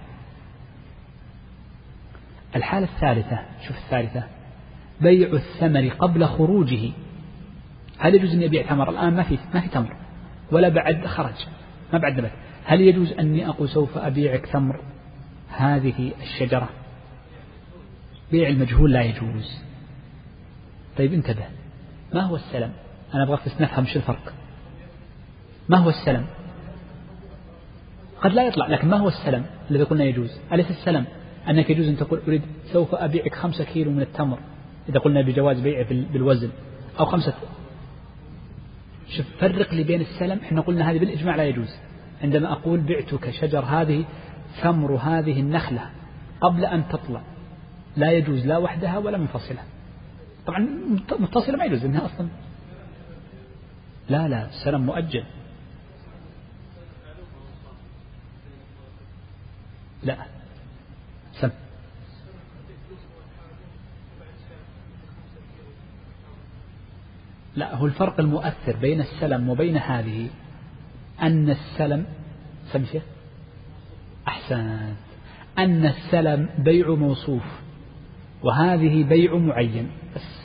الحالة الثالثة، شوف الثالثة، بيع الثمر قبل خروجه. هل يجوز أن يبيع ثمر الآن ما في ما في تمر ولا بعد خرج، ما بعد نبت، هل يجوز أني أقول سوف أبيعك ثمر هذه الشجرة؟ بيع المجهول لا يجوز. طيب انتبه، ما هو السلم؟ أنا أبغى نفهم شو الفرق. ما هو السلم؟ قد لا يطلع، لكن ما هو السلم الذي قلنا يجوز؟ أليس السلم أنك يجوز أن تقول أريد سوف أبيعك خمسة كيلو من التمر إذا قلنا بجواز بيعه بالوزن، أو خمسة. شوف فرق لي بين السلم، احنا قلنا هذه بالإجماع لا يجوز. عندما أقول بعتك شجر هذه ثمر هذه النخلة قبل أن تطلع لا يجوز، لا وحدها ولا منفصلة. طبعا متصلة ما يجوز إنها أصلا، لا لا السلم مؤجل. لا سم لا هو الفرق المؤثر بين السلم وبين هذه أن السلم سم شيخ أحسن، أن السلم بيع موصوف وهذه بيع معين بس،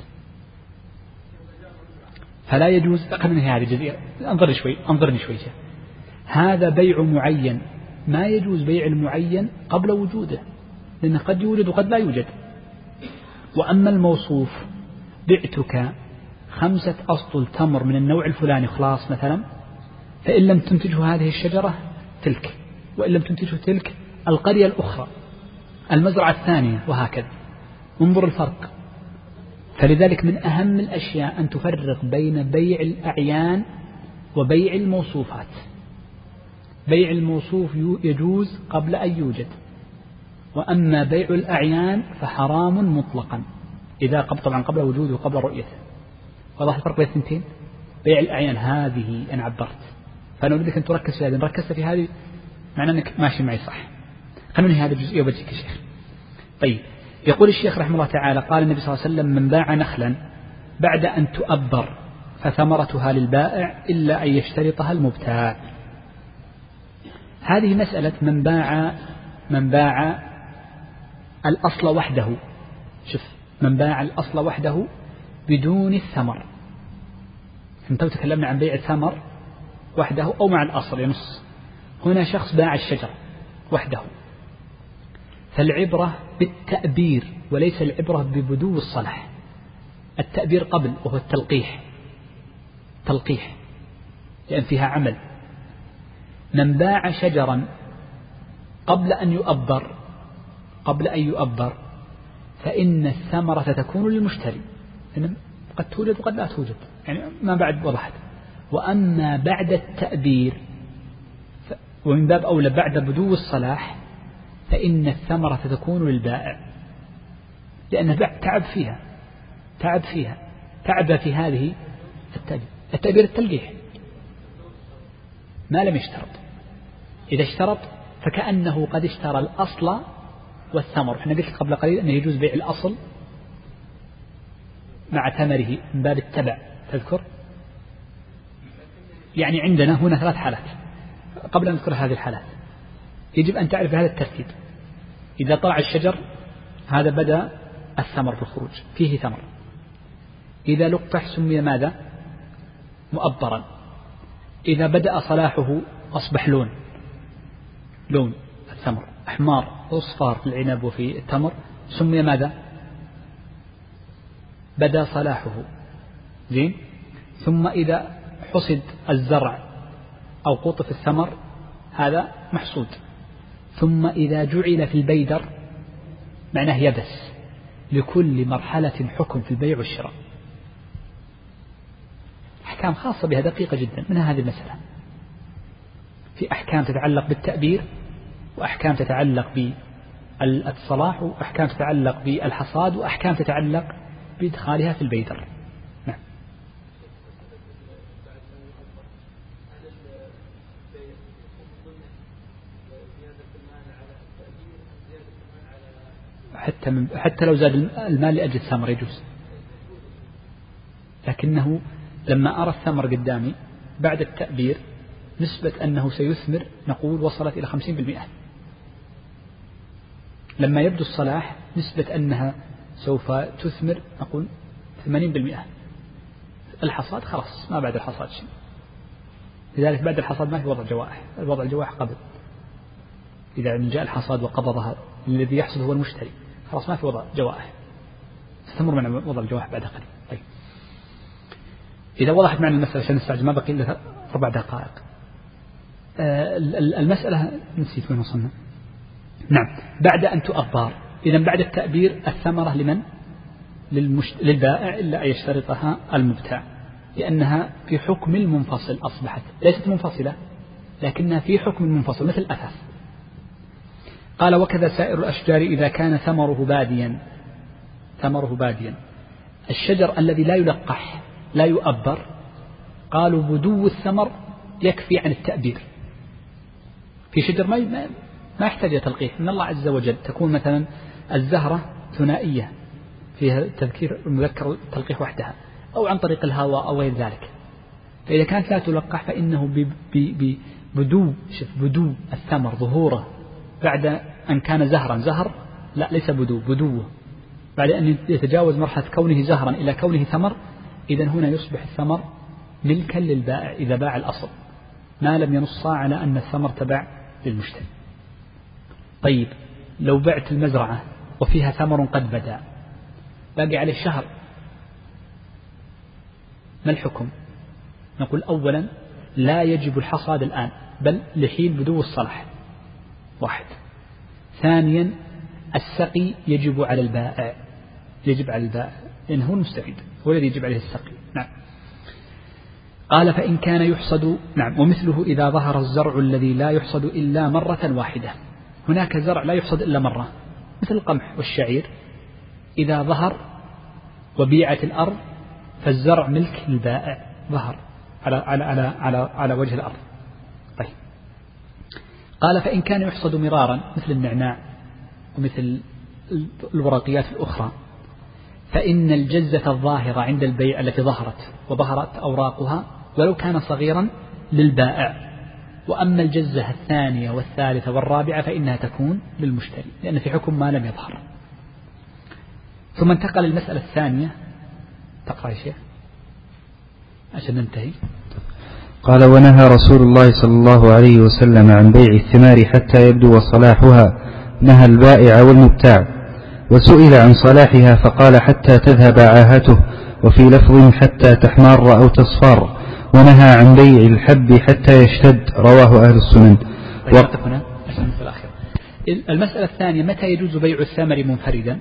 فلا يجوز. أقنني هذه الجزئية، انظرني شوي انظرني شوي شيخ. هذا بيع معين، ما يجوز بيع المعين قبل وجوده، لأنه قد يوجد وقد لا يوجد. وأما الموصوف بعتك خمسة أسطل تمر من النوع الفلاني خلاص مثلا، فإن لم تنتجه هذه الشجرة تلك، وإن لم تنتجه تلك القرية الأخرى المزرعة الثانية، وهكذا. انظر الفرق. فلذلك من أهم الأشياء أن تفرق بين بيع الأعيان وبيع الموصوفات. بيع الموصوف يجوز قبل أن يوجد، وأما بيع الأعيان فحرام مطلقا إذا قبل طبعا قبل وجوده وقبل رؤيته. واضح الفرق بين الثنتين؟ بيع الأعيان هذه أنا عبرت، فأنا أريدك أن تركز في هذه، إن ركزت في هذه معناه أنك ماشي معي صح. خلوني هذه الجزئية وبجيك يا شيخ. طيب يقول الشيخ رحمه الله تعالى: قال النبي صلى الله عليه وسلم: من باع نخلا بعد أن تؤبر فثمرتها للبائع إلا أن يشترطها المبتاع. هذه مسألة من باع من باع الأصل وحده. شوف، من باع الأصل وحده بدون الثمر. انت تكلمنا عن بيع الثمر وحده أو مع الأصل ينص. هنا شخص باع الشجر وحده، فالعبرة بالتأبير وليس العبرة ببدو الصلاح. التأبير قبل وهو التلقيح، تلقيح لأن فيها عمل. من باع شجرا قبل أن يؤبر قبل أن يؤبر فإن الثمرة تكون للمشتري، قد توجد وقد لا توجد، يعني ما بعد وضحت. وأما بعد التأبير ومن باب أولى بعد بدو الصلاح فإن الثمرة تكون للبائع، لأنه تعب فيها تعب فيها تعب في هذه التأبير. التأبير التلقيح ما لم يشترط. إذا اشترط فكأنه قد اشترى الأصل والثمر. احنا قلت قبل قليل أنه يجوز بيع الأصل مع ثمره من باب التبع، تذكر؟ يعني عندنا هنا ثلاث حالات. قبل أن نذكر هذه الحالات يجب أن تعرف هذا الترتيب. إذا طلع الشجر هذا بدأ الثمر بالخروج، فيه ثمر. إذا لقح سمي ماذا؟ مؤبرا. إذا بدأ صلاحه أصبح لون لون الثمر أحمار وأصفار في العنب وفي التمر سمي ماذا؟ بدأ صلاحه. زين. ثم إذا حصد الزرع أو قطف الثمر هذا محصود. ثم إذا جعل في البيدر معناه يبس. لكل مرحلة حكم في البيع والشراء، أحكام خاصة بها دقيقة جدا. منها هذه المسألة، في أحكام تتعلق بالتأبير، وأحكام تتعلق بالصلاح، وأحكام تتعلق بالحصاد، وأحكام تتعلق بإدخالها في البيدر. نعم. حتى, من حتى لو زاد المال لأجل الثمر يجوز، لكنه لما أرى الثمر قدامي بعد التأبير نسبة أنه سيثمر نقول وصلت إلى خمسين بالمئة. لما يبدو الصلاح نسبة أنها سوف تثمر نقول ثمانين بالمئة. الحصاد خلاص ما بعد الحصاد شيء، لذلك بعد الحصاد ما في وضع جوائح. الوضع الجوائح قبل، إذا جاء الحصاد وقبضها الذي يحصد هو المشتري خلاص ما في وضع جوائح، تستمر من وضع الجوائح بعد قليل. طيب إذا وضحت معنا المسألة عشان نستعجل ما بقي إلا أربع دقائق. آه المسألة نسيت وين وصلنا. نعم. بعد أن تؤبر، إذا بعد التأبير الثمرة لمن؟ للمشت... للبائع إلا أن يشترطها المبتاع، لأنها في حكم المنفصل أصبحت، ليست منفصلة لكنها في حكم المنفصل مثل الأثاث. قال وكذا سائر الأشجار إذا كان ثمره باديا. ثمره باديا الشجر الذي لا يلقح لا يؤبر، قالوا بدو الثمر يكفي عن التأبير. في شجر ما ما يحتاج تلقيح من الله عز وجل، تكون مثلا الزهرة ثنائية فيها تذكير المذكر تلقيح وحدها أو عن طريق الهواء أو غير ذلك، فإذا كانت لا تلقح فإنه ببدو شوف بدو الثمر ظهوره بعد أن كان زهرا. زهر لا ليس بدو، بدوه بعد أن يتجاوز مرحلة كونه زهرا إلى كونه ثمر، إذن هنا يصبح الثمر ملكا للبائع إذا باع الأصل، ما لم ينص على أن الثمر تبع للمشتري. طيب لو بعت المزرعة وفيها ثمر قد بدا باقي عليه شهر، ما الحكم؟ نقول أولا لا يجب الحصاد الآن بل لحين بدو الصلاح واحد. ثانيا السقي يجب على البائع، يجب على البائع لأنه هو المستفيد هو الذي يجب عليه السقي. نعم. قال فإن كان يحصد. نعم. ومثله إذا ظهر الزرع الذي لا يحصد إلا مرة واحدة. هناك زرع لا يحصد إلا مرة مثل القمح والشعير، إذا ظهر وبيعت الأرض فالزرع ملك للبائع ظهر على على على على على وجه الأرض. طيب قال فإن كان يحصد مرارا مثل النعناع ومثل الورقيات الأخرى، فإن الجزة الظاهرة عند البيع التي ظهرت وظهرت أوراقها ولو كان صغيرا للبائع، وأما الجزة الثانية والثالثة والرابعة فإنها تكون للمشتري لأن في حكم ما لم يظهر. ثم انتقل المسألة الثانية. تقرأ يا شيخ عشان ننتهي. قال ونهى رسول الله صلى الله عليه وسلم عن بيع الثمار حتى يبدو صلاحها، نهى البائع والمبتاع. وسئل عن صلاحها فقال حتى تذهب عاهته، وفي لفظ حتى تحمار أو تصفر. ونهى عن بيع الحب حتى يشتد، رواه أهل السنن. وقف هنا في الآخر. المسألة الثانية متى يجوز بيع الثمر منفردا؟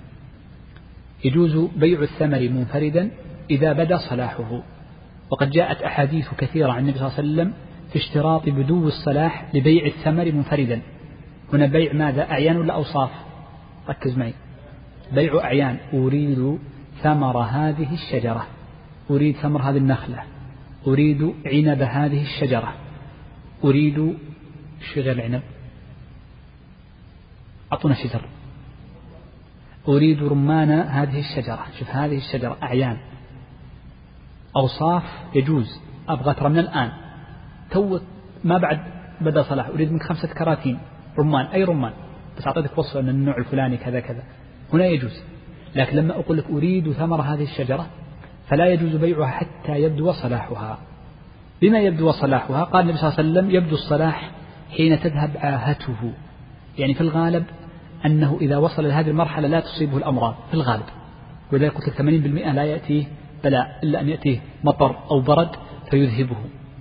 يجوز بيع الثمر منفردا إذا بدا صلاحه، وقد جاءت أحاديث كثيرة عن النبي صلى الله عليه وسلم في اشتراط بدو الصلاح لبيع الثمر منفردا. هنا بيع ماذا؟ أعيان ولا أوصاف؟ ركز معي. بيع أعيان، أريد ثمر هذه الشجرة، أريد ثمر هذه النخلة، أريد عنب هذه الشجرة، أريد شجر العنب، أعطونا شجر، أريد رمان هذه الشجرة، شوف هذه الشجرة أعيان. أوصاف يجوز، أبغى ترى من الآن تو ما بعد بدأ صلاح، أريد منك خمسة كراتين رمان، أي رمان، بس أعطيتك وصفة أن النوع الفلاني كذا كذا، هنا يجوز. لكن لما أقول لك أريد ثمر هذه الشجرة فلا يجوز بيعها حتى يبدو صلاحها. بما يبدو صلاحها؟ قال النبي صلى الله عليه وسلم يبدو الصلاح حين تذهب عاهته، يعني في الغالب أنه إذا وصل لهذه المرحلة لا تصيبه الأمراض في الغالب، ولذلك قلت لك ثمانين بالمئة لا يأتيه بلاء إلا أن يأتيه مطر أو برد فيذهبه.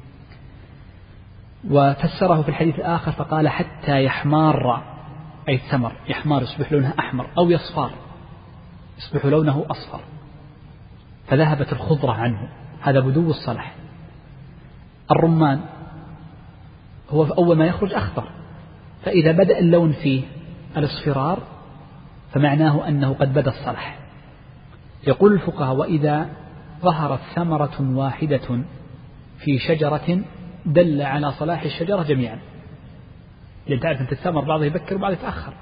وفسره في الحديث الآخر فقال حتى يحمار، أي الثمر يحمار يصبح لونه أحمر، أو يصفر يصبح لونه أصفر، فذهبت الخضرة عنه، هذا بدو الصلاح. الرمان هو أول ما يخرج أخضر، فإذا بدأ اللون فيه الاصفرار فمعناه أنه قد بدأ الصلاح. يقول الفقهاء وإذا ظهرت ثمرة واحدة في شجرة دل على صلاح الشجرة جميعا، لأن تعرف أنت الثمر بعضه يبكر وبعضه يتأخر.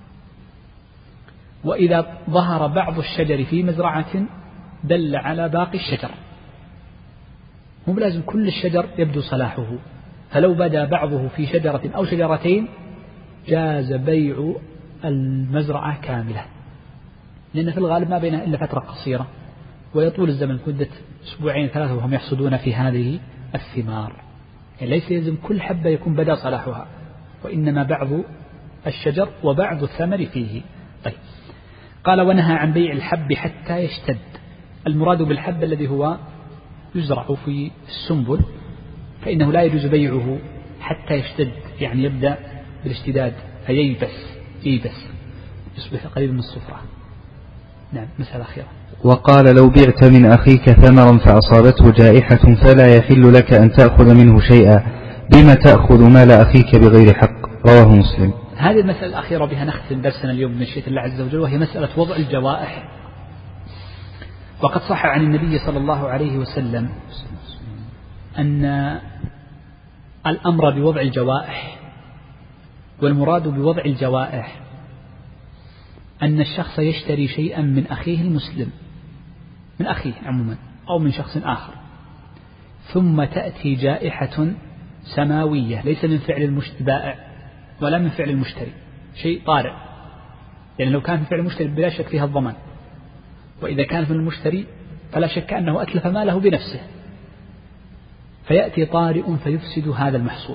وإذا ظهر بعض الشجر في مزرعة دل على باقي الشجر، مو لازم كل الشجر يبدو صلاحه، فلو بدا بعضه في شجرة أو شجرتين جاز بيع المزرعة كاملة، لأن في الغالب ما بينها إلا فترة قصيرة، ويطول الزمن مدة أسبوعين ثلاثة وهم يحصدون في هذه الثمار. يعني ليس يلزم كل حبة يكون بدا صلاحها، وإنما بعض الشجر وبعض الثمر فيه. طيب، قال ونهى عن بيع الحب حتى يشتد. المراد بالحب الذي هو يزرع في السنبل، فإنه لا يجوز بيعه حتى يشتد، يعني يبدأ بالاشتداد فييبس ييبس يصبح قريب من الصفرة. نعم. مسألة أخيرة. وقال لو بعت من أخيك ثمرا فأصابته جائحة فلا يحل لك أن تأخذ منه شيئا، بما تأخذ مال أخيك بغير حق. رواه مسلم. هذه المسألة الأخيرة بها نختم درسنا اليوم من مشيئة الله عز وجل، وهي مسألة وضع الجوائح. وقد صح عن النبي صلى الله عليه وسلم أن الأمر بوضع الجوائح، والمراد بوضع الجوائح أن الشخص يشتري شيئا من أخيه المسلم، من أخيه عموما أو من شخص آخر، ثم تأتي جائحة سماوية ليس من فعل البائع ولا من فعل المشتري، شيء طارئ، يعني لو كان من فعل المشتري بلا شك فيها الضمان، وإذا كان من المشتري فلا شك أنه أتلف ماله بنفسه، فيأتي طارئ فيفسد هذا المحصول.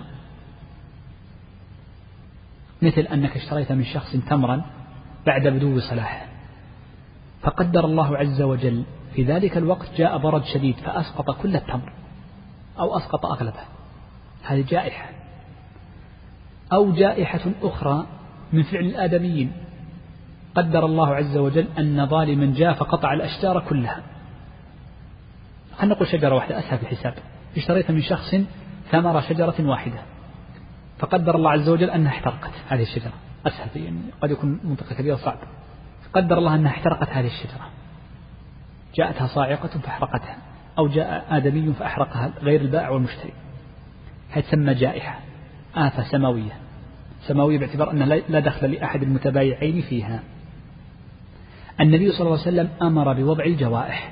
مثل أنك اشتريت من شخص تمرا بعد بدو صلاحه، فقدر الله عز وجل في ذلك الوقت جاء برد شديد فأسقط كل التمر أو أسقط أغلبه، هذه جائحة. أو جائحة أخرى من فعل الآدميين، قدر الله عز وجل أن ظالما جاء فقطع الأشجار كلها، خلينا نقول شجرة واحدة أسهل في الحساب، اشتريت من شخص ثمرة شجرة واحدة فقدر الله عز وجل أنها احترقت هذه الشجرة، أسهل، يعني قد يكون منطقة كبيرة صعب، قدر الله أنها احترقت هذه الشجرة، جاءتها صاعقة فأحرقتها، أو جاء آدمي فأحرقها غير البائع والمشتري، هذه تسمى جائحة، آفة سماوية، سماوية باعتبار أن لا دخل لأحد المتبايعين فيها. النبي صلى الله عليه وسلم أمر بوضع الجوائح،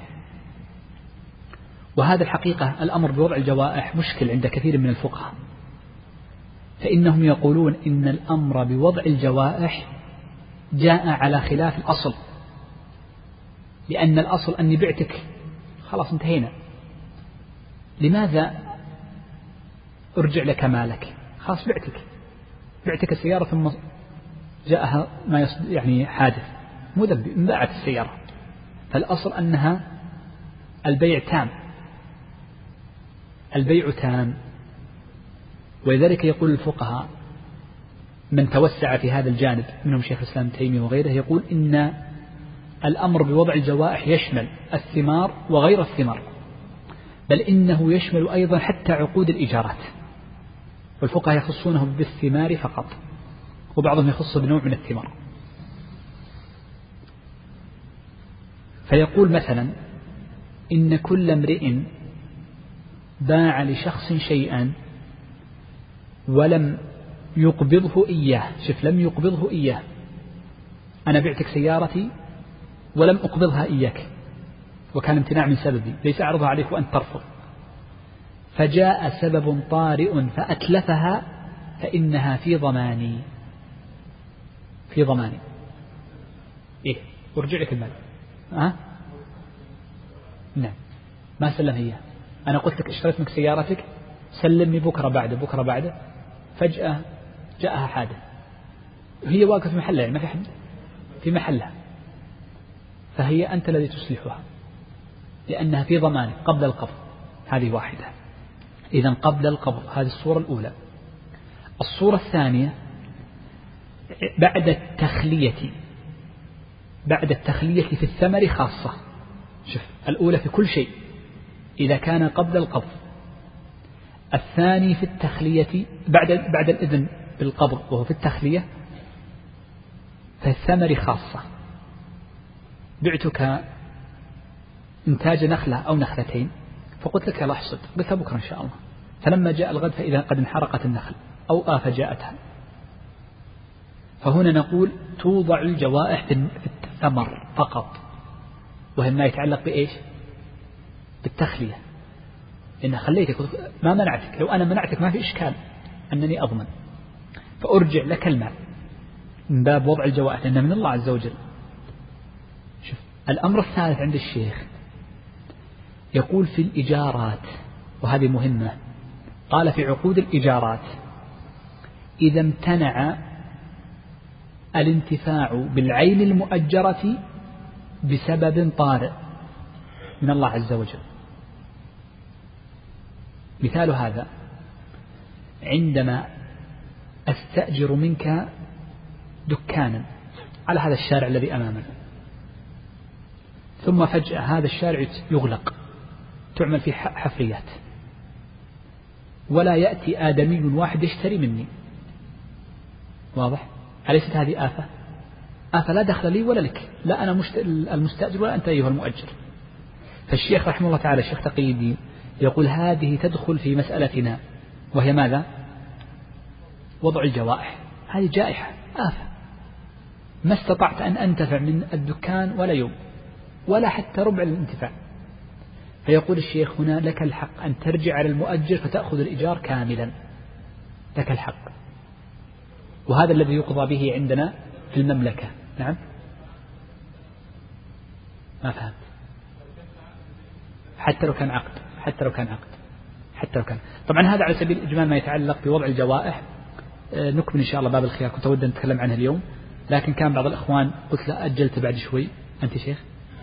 وهذا الحقيقة الأمر بوضع الجوائح مشكل عند كثير من الفقهاء، فإنهم يقولون إن الأمر بوضع الجوائح جاء على خلاف الأصل، لأن الأصل أني بعتك خلاص انتهينا، لماذا أرجع لك مالك؟ خلاص بعتك بعتك السيارة ثم جاءها ما يعني حادث مو ذنبي، انباعت السيارة، فالأصل أنها البيع تام، البيع تام. ولذلك يقول الفقهاء من توسع في هذا الجانب منهم شيخ الإسلام ابن تيمية وغيره، يقول إن الأمر بوضع الجوائح يشمل الثمار وغير الثمار، بل إنه يشمل أيضا حتى عقود الإيجارات، والفقهاء يخصونه بالثمار فقط، وبعضهم يخص بنوع من الثمار. فيقول مثلا إن كل امرئ باع لشخص شيئا ولم يقبضه إياه، شوف لم يقبضه إياه، أنا بعتك سيارتي ولم أقبضها إياك وكان امتناع من سببي، ليس أعرضها عليك وأنت ترفض، فجاء سبب طارئ فأتلفها فإنها في ضماني في ضماني إيه ورجع لك المال أه؟ نعم ما سلم هي أنا قلت لك اشتريت منك سيارتك سلمني بكرة بعد بكرة بعد فجأة جاءها حادث هي واقفة في محلها يعني ما في حد في محلها فهي أنت الذي تصلحها لأنها في ضمانك قبل القبض هذه واحدة إذن قبل القبض هذه الصورة الأولى. الصورة الثانية بعد التخلية بعد التخلية في الثمر خاصة. شوف الأولى في كل شيء إذا كان قبل القبض، الثاني في التخلية بعد بعد الإذن بالقبض وهو في التخلية فالثمر خاصة. بعتك إنتاج نخلة أو نخلتين فقلت لك يلا احصد قلت بكرة إن شاء الله، فلما جاء الغد فإذا قد انحرقت النخل أو آفة جاءتها، فهنا نقول توضع الجوائح في الثمر فقط وهي ما يتعلق بإيش؟ بالتخلية. إن خليتك ما منعتك، لو أنا منعتك ما في إشكال أنني أضمن فأرجع لك المال من باب وضع الجوائح لأنها من الله عز وجل. شوف الأمر الثالث عند الشيخ يقول في الإجارات وهذه مهمة، قال في عقود الإجارات إذا امتنع الانتفاع بالعين المؤجرة بسبب طارئ من الله عز وجل. مثال هذا عندما أستأجر منك دكانا على هذا الشارع الذي أمامنا ثم فجأة هذا الشارع يغلق تعمل فيه حفريات ولا يأتي آدمي واحد يشتري مني، واضح؟ أليست هذه آفة؟ آفة لا دخل لي ولا لك، لا أنا المستأجر ولا أنت أيها المؤجر. فالشيخ رحمه الله تعالى الشيخ تقي الدين يقول هذه تدخل في مسألتنا وهي ماذا؟ وضع الجوائح. هذه جائحة آفة ما استطعت أن أنتفع من الدكان ولا يوم ولا حتى ربع الانتفاع. فيقول الشيخ هنا لك الحق أن ترجع على المؤجر فتأخذ الإيجار كاملا، لك الحق. وهذا الذي يقضى به عندنا في المملكة. نعم ما فهمت. حتى لو كان عقد حتى لو كان عقد حتى لو كان طبعا هذا على سبيل الإجمال ما يتعلق بوضع الجوائح. نكمل إن شاء الله باب الخيار، كنت أود أن نتكلم عنه اليوم لكن كان بعض الأخوان قلت له أجلت بعد شوي. أنت شيخ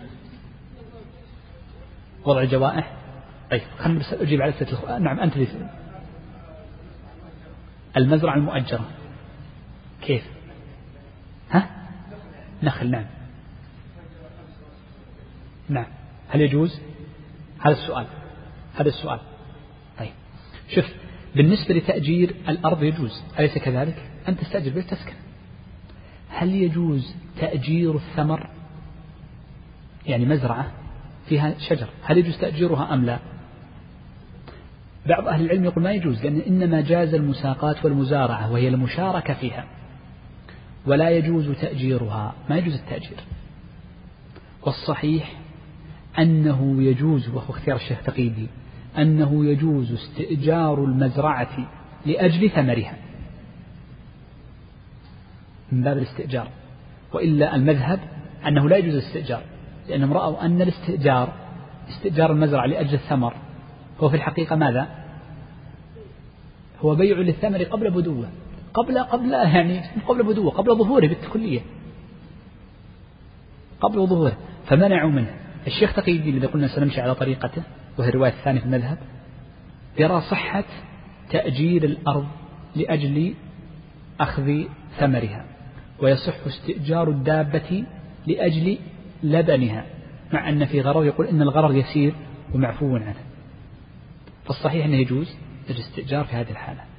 وضع الجوائح. طيب خلنا بس أجيب على أسئلة. نعم أنت ليس. المزرعة المؤجرة كيف؟ ها؟ نخل. نعم نعم هل يجوز؟ هذا السؤال هذا السؤال طيب شوف بالنسبة لتأجير الأرض يجوز أليس كذلك؟ أنت تستأجر بيت تسكن. هل يجوز تأجير الثمر؟ يعني مزرعة فيها شجر هل يجوز تأجيرها أم لا؟ بعض أهل العلم يقول ما يجوز لأن إنما جاز المساقات والمزارعة وهي المشاركة فيها ولا يجوز تأجيرها، ما يجوز التأجير. والصحيح أنه يجوز وهو اختيار الشيخ تقي الدين أنه يجوز استئجار المزرعة لأجل ثمرها من باب الاستئجار، وإلا المذهب أنه لا يجوز الاستئجار لأنهم رأوا أن الاستئجار استئجار المزرعة لأجل الثمر هو في الحقيقة ماذا؟ هو بيع للثمر قبل بدوه قبل قبل يعني قبل بدوه قبل ظهوره بالكلية قبل ظهوره فمنعوا منه. الشيخ تقي الدين الذي قلنا سنمشي على طريقته وهي الرواية الثانية في المذهب يرى صحة تأجير الأرض لأجل أخذ ثمرها، ويصح استئجار الدابة لأجل لبنها مع أن في غرض يقول إن الغرض يسير ومعفو عنه. فالصحيح أنه يجوز الاستئجار في هذه الحالة.